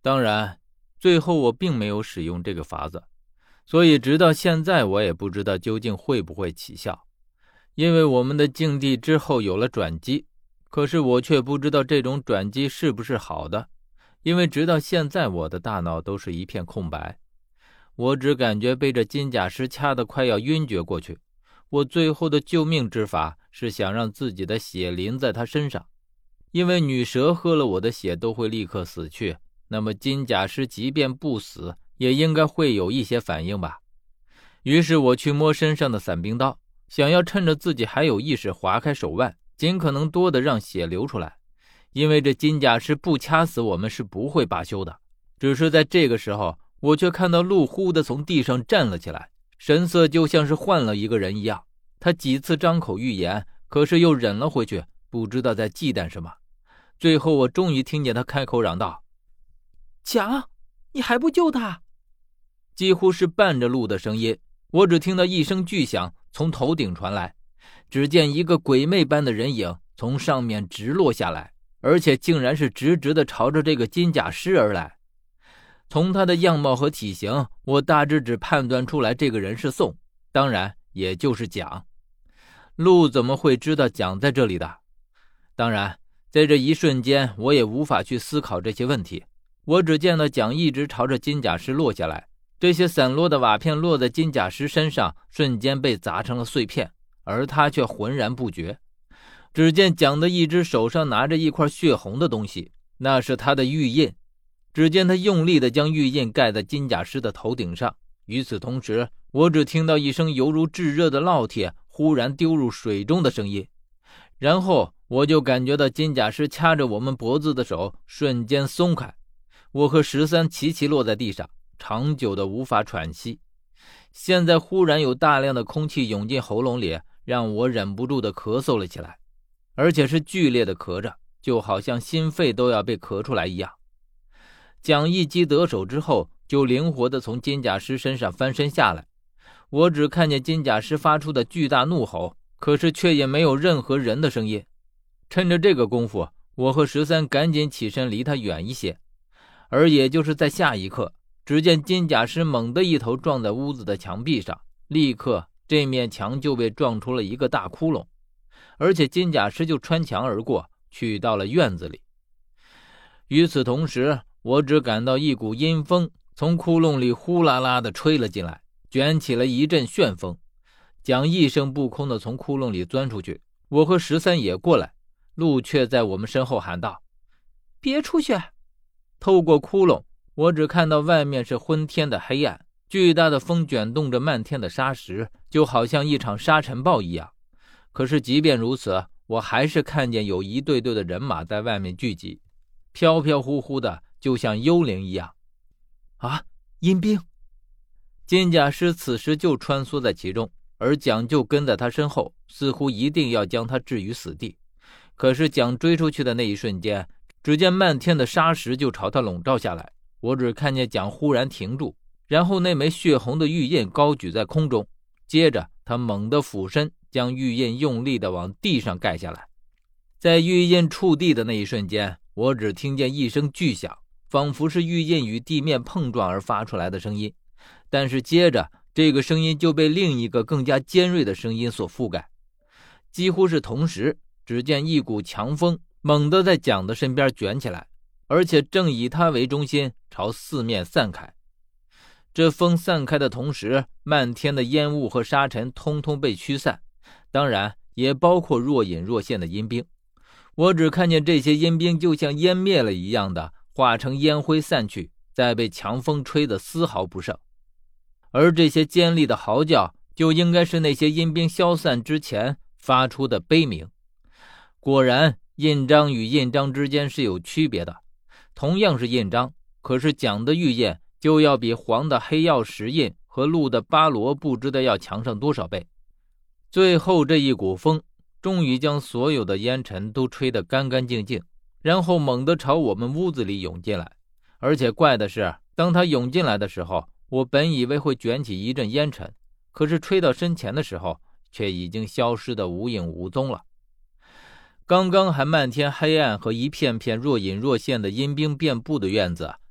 当然，最后我并没有使用这个法子，所以直到现在我也不知道究竟会不会起效。因为我们的境地之后有了转机，可是我却不知道这种转机是不是好的，因为直到现在我的大脑都是一片空白，我只感觉被这金甲石掐得快要晕厥过去。我最后的救命之法是想让自己的血淋在他身上，因为女蛇喝了我的血都会立刻死去，那么金甲石即便不死也应该会有一些反应吧。于是我去摸身上的伞兵刀，想要趁着自己还有意识划开手腕，尽可能多的让血流出来，因为这金甲石不掐死我们是不会罢休的。只是在这个时候，我却看到鹿忽的从地上站了起来，神色就像是换了一个人一样。他几次张口欲言，可是又忍了回去，不知道在忌惮什么。最后我终于听见他开口嚷道： 蒋，你还不救他？ 几乎是伴着鹿的声音，我只听到一声巨响从头顶传来，只见一个鬼魅般的人影从上面直落下来，而且竟然是直直的朝着这个金甲尸而来。从他的样貌和体型，我大致只判断出来这个人是宋，当然也就是蒋。鹿怎么会知道蒋在这里的？当然在这一瞬间我也无法去思考这些问题，我只见到蒋一直朝着金甲石落下来，这些散落的瓦片落在金甲石身上，瞬间被砸成了碎片，而他却浑然不觉。只见蒋的一只手上拿着一块血红的东西，那是他的玉印。只见他用力地将玉印盖在金甲师的头顶上，与此同时，我只听到一声犹如炙热的烙铁忽然丢入水中的声音，然后我就感觉到金甲师掐着我们脖子的手瞬间松开，我和13齐齐落在地上，长久的无法喘息。现在忽然有大量的空气涌进喉咙里，让我忍不住的咳嗽了起来，而且是剧烈的咳着，就好像心肺都要被咳出来一样。蒋一击得手之后，就灵活地从金甲师身上翻身下来。我只看见金甲师发出的巨大怒吼，可是却也没有任何人的声音。趁着这个功夫，我和13赶紧起身离他远一些。而也就是在下一刻，只见金甲师猛地一头撞在屋子的墙壁上，立刻这面墙就被撞出了一个大窟窿，而且金甲师就穿墙而过，去到了院子里。与此同时，我只感到一股阴风从窟窿里呼啦啦地吹了进来，卷起了一阵旋风。蒋一声不空地从窟窿里钻出去，我和13也过来，鹿却在我们身后喊道： 别出去！ 透过窟窿，我只看到外面是昏天的黑暗，巨大的风卷动着漫天的沙石，就好像一场沙尘暴一样。可是即便如此，我还是看见有一队队的人马在外面聚集，飘飘忽忽的，就像幽灵一样。 啊，阴兵！ 金甲师此时就穿梭在其中，而蒋就跟在他身后，似乎一定要将他置于死地。可是蒋追出去的那一瞬间，只见漫天的沙石就朝他笼罩下来，我只看见蒋忽然停住，然后那枚血红的玉印高举在空中，接着他猛地俯身，将玉印用力地往地上盖下来。在玉印触地的那一瞬间，我只听见一声巨响，仿佛是玉印与地面碰撞而发出来的声音，但是接着这个声音就被另一个更加尖锐的声音所覆盖。几乎是同时，只见一股强风猛地在蒋的身边卷起来，而且正以他为中心朝四面散开。这风散开的同时，漫天的烟雾和沙尘通通被驱散，当然也包括若隐若现的阴兵。我只看见这些阴兵就像湮灭了一样的化成烟灰散去，再被强风吹得丝毫不剩。而这些尖利的嚎叫就应该是那些阴兵消散之前发出的悲鸣。果然，印章与印章之间是有区别的，同样是印章，可是蒋的玉印就要比黄的黑曜石印和鹿的巴罗不知道要强上多少倍。最后这一股风终于将所有的烟尘都吹得干干净净，然后猛地朝我们屋子里涌进来。而且怪的是，当它涌进来的时候，我本以为会卷起一阵烟尘，可是吹到身前的时候，却已经消失得无影无踪了。刚刚还漫天黑暗和一片片若隐若现的阴兵遍布的院子，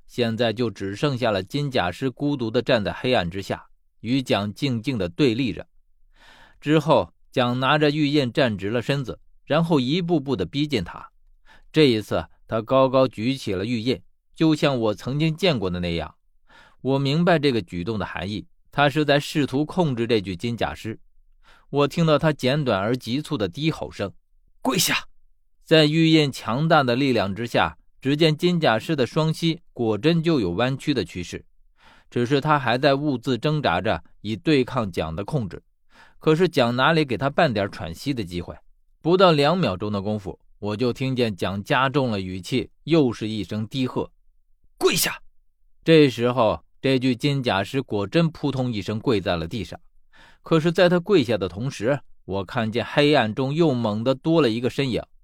现在就只剩下了金甲师孤独地站在黑暗之下，与蒋静静地对立着。之后蒋拿着玉印站直了身子，然后一步步地逼近他。这一次他高高举起了玉印，就像我曾经见过的那样。我明白这个举动的含义，他是在试图控制这具金甲师。我听到他简短而急促的低吼声：跪下！在玉印强大的力量之下，只见金甲师的双膝果真就有弯曲的趋势，只是他还在兀自挣扎着以对抗蒋的控制。可是蒋哪里给他半点喘息的机会？不到2秒钟的功夫，我就听见蒋加重了语气，又是一声低喝：跪下！这时候这具金甲师果真扑通一声跪在了地上。可是在他跪下的同时，我看见黑暗中又猛地多了一个身影，